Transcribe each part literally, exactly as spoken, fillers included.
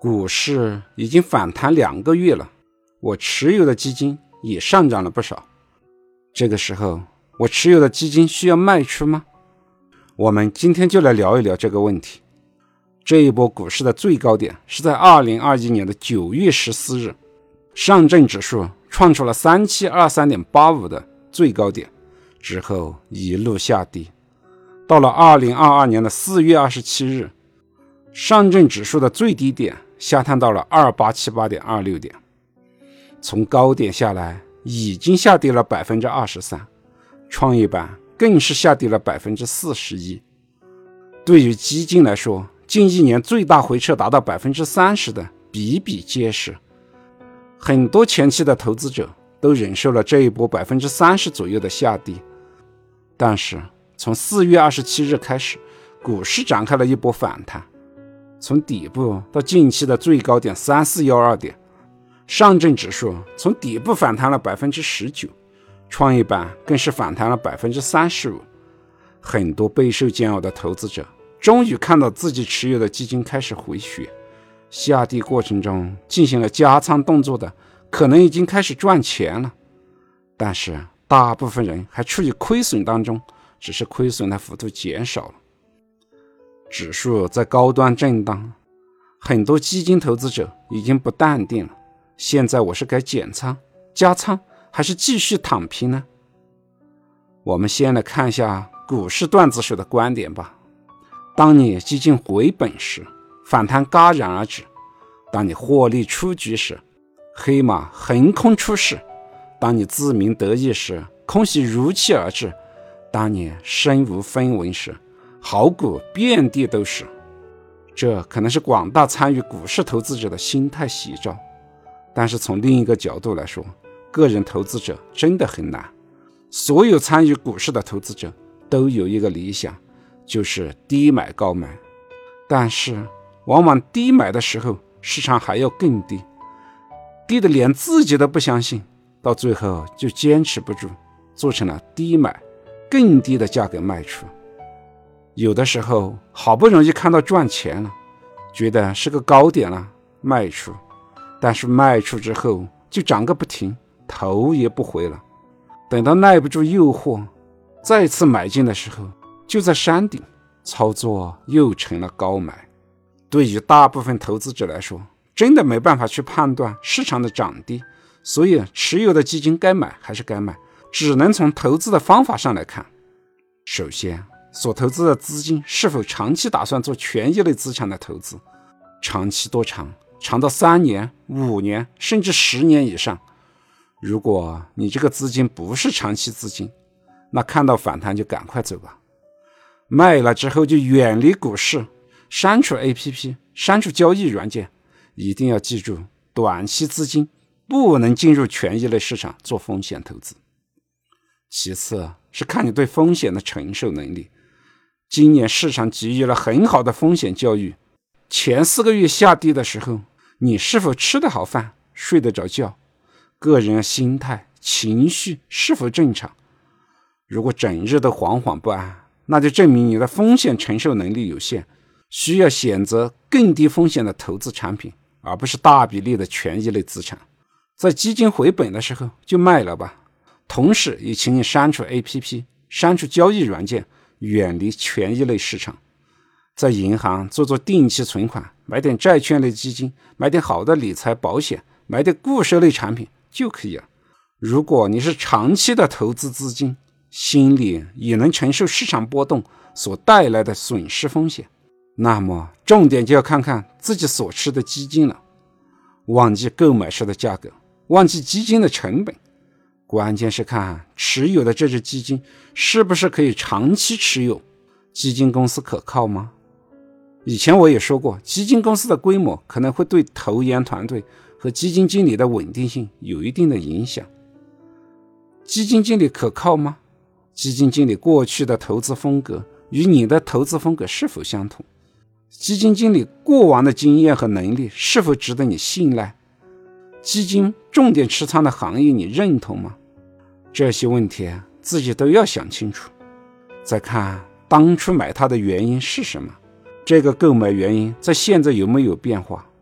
股市已经反弹两个月了，我持有的基金也上涨了不少。这个时候，我持有的基金需要卖出吗？我们今天就来聊一聊这个问题。这一波股市的最高点是在二零二一年的九月十四日，上证指数创出了三七二三点八五的最高点，之后一路下跌。到了二零二二年的四月二十七日，上证指数的最低点下探到了二八七八点二六点，从高点下来已经下跌了 百分之二十三， 创业板更是下跌了 百分之四十一。 对于基金来说，近一年最大回撤达到 百分之三十 的比比皆是，很多前期的投资者都忍受了这一波 百分之三十 左右的下跌。但是从四月二十七日开始，股市展开了一波反弹，从底部到近期的最高点三四一二点，上证指数从底部反弹了 百分之十九， 创业板更是反弹了 百分之三十五。 很多备受煎熬的投资者终于看到自己持有的基金开始回血，下跌过程中进行了加仓动作的可能已经开始赚钱了，但是大部分人还处于亏损当中，只是亏损的幅度减少了。指数在高端震荡，很多基金投资者已经不淡定了，现在我是该减仓加仓还是继续躺平呢？我们先来看一下股市段子手的观点吧。当你基金回本时，反弹戛然而止；当你获利出局时，黑马横空出世；当你自鸣得意时，空袭如期而至；当你身无分文时，好股遍地都是。这可能是广大参与股市投资者的心态写照，但是从另一个角度来说，个人投资者真的很难。所有参与股市的投资者都有一个理想，就是低买高卖，但是往往低买的时候市场还要更低，低的连自己都不相信，到最后就坚持不住，做成了低买更低的价格卖出。有的时候好不容易看到赚钱了，觉得是个高点了，卖出，但是卖出之后就涨个不停，头也不回了。等到耐不住诱惑再次买进的时候，就在山顶，操作又成了高买。对于大部分投资者来说，真的没办法去判断市场的涨跌，所以持有的基金该买还是该卖，只能从投资的方法上来看。首先，所投资的资金是否长期打算做权益类资产的投资，长期多长？长到三年、五年，甚至十年以上。如果你这个资金不是长期资金，那看到反弹就赶快走吧。卖了之后就远离股市，删除 A P P， 删除交易软件。一定要记住，短期资金不能进入权益类市场做风险投资。其次是看你对风险的承受能力。今年市场给予了很好的风险教育，前四个月下跌的时候，你是否吃得好饭，睡得着觉？个人心态、情绪是否正常？如果整日都惶惶不安，那就证明你的风险承受能力有限，需要选择更低风险的投资产品，而不是大比例的权益类资产。在基金回本的时候就卖了吧，同时也请你删除 A P P， 删除交易软件，远离权益类市场。在银行做做定期存款，买点债券类基金，买点好的理财保险，买点固收类产品就可以了。如果你是长期的投资资金，心里也能承受市场波动所带来的损失风险，那么重点就要看看自己所持的基金了。忘记购买时的价格，忘记基金的成本，关键是看持有的这只基金是不是可以长期持有，基金公司可靠吗？以前我也说过，基金公司的规模可能会对投研团队和基金经理的稳定性有一定的影响。基金经理可靠吗？基金经理过去的投资风格与你的投资风格是否相同？基金经理过往的经验和能力是否值得你信赖？基金重点持仓的行业你认同吗？这些问题自己都要想清楚。再看当初买它的原因是什么，这个购买原因在现在有没有变化？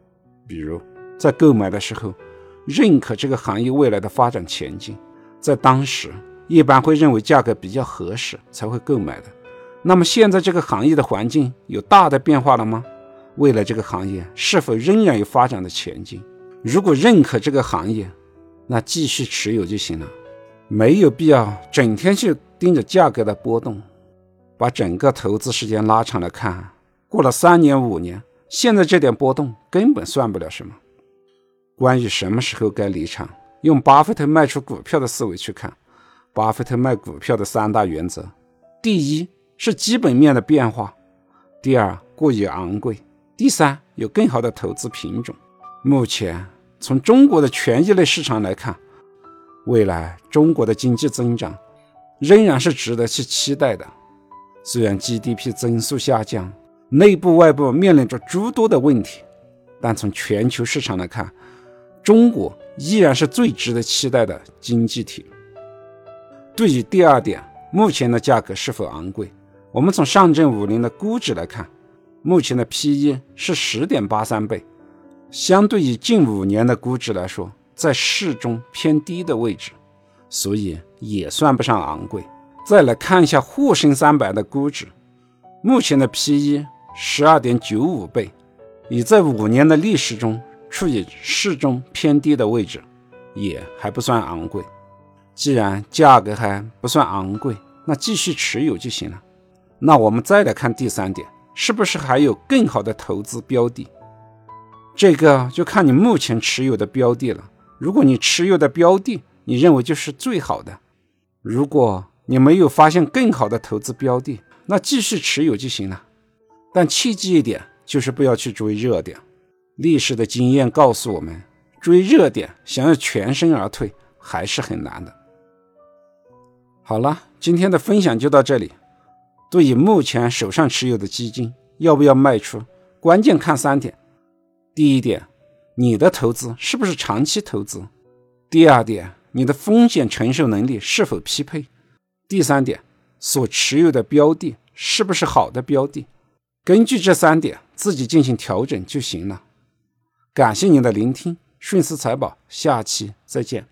比如在购买的时候认可这个行业未来的发展前景，在当时一般会认为价格比较合适才会购买的。那么现在这个行业的环境有大的变化了吗？未来这个行业是否仍然有发展的前景？如果认可这个行业，那继续持有就行了，没有必要整天去盯着价格的波动。把整个投资时间拉长了看，过了三年五年，现在这点波动根本算不了什么。关于什么时候该离场，用巴菲特卖出股票的思维去看，巴菲特卖股票的三大原则：第一是基本面的变化，第二过于昂贵，第三有更好的投资品种。目前从中国的权益类市场来看，未来中国的经济增长仍然是值得去期待的。虽然 G D P 增速下降，内部外部面临着诸多的问题，但从全球市场来看，中国依然是最值得期待的经济体。对于第二点，目前的价格是否昂贵，我们从上证五零的估值来看，目前的 P E 是 十点八三 倍，相对于近五年的估值来说，在适中偏低的位置，所以也算不上昂贵。再来看一下沪深三百的估值，目前的 P E 十二点九五 倍，已在五年的历史中处于适中偏低的位置，也还不算昂贵。既然价格还不算昂贵，那继续持有就行了。那我们再来看第三点，是不是还有更好的投资标的？这个就看你目前持有的标的了。如果你持有的标的你认为就是最好的，如果你没有发现更好的投资标的，那继续持有就行了。但切记一点，就是不要去追热点。历史的经验告诉我们，追热点想要全身而退还是很难的。好了，今天的分享就到这里。对于目前手上持有的基金要不要卖出，关键看三点。第一点，你的投资是不是长期投资？第二点，你的风险承受能力是否匹配？第三点，所持有的标的是不是好的标的？根据这三点自己进行调整就行了。感谢您的聆听，顺思财宝，下期再见。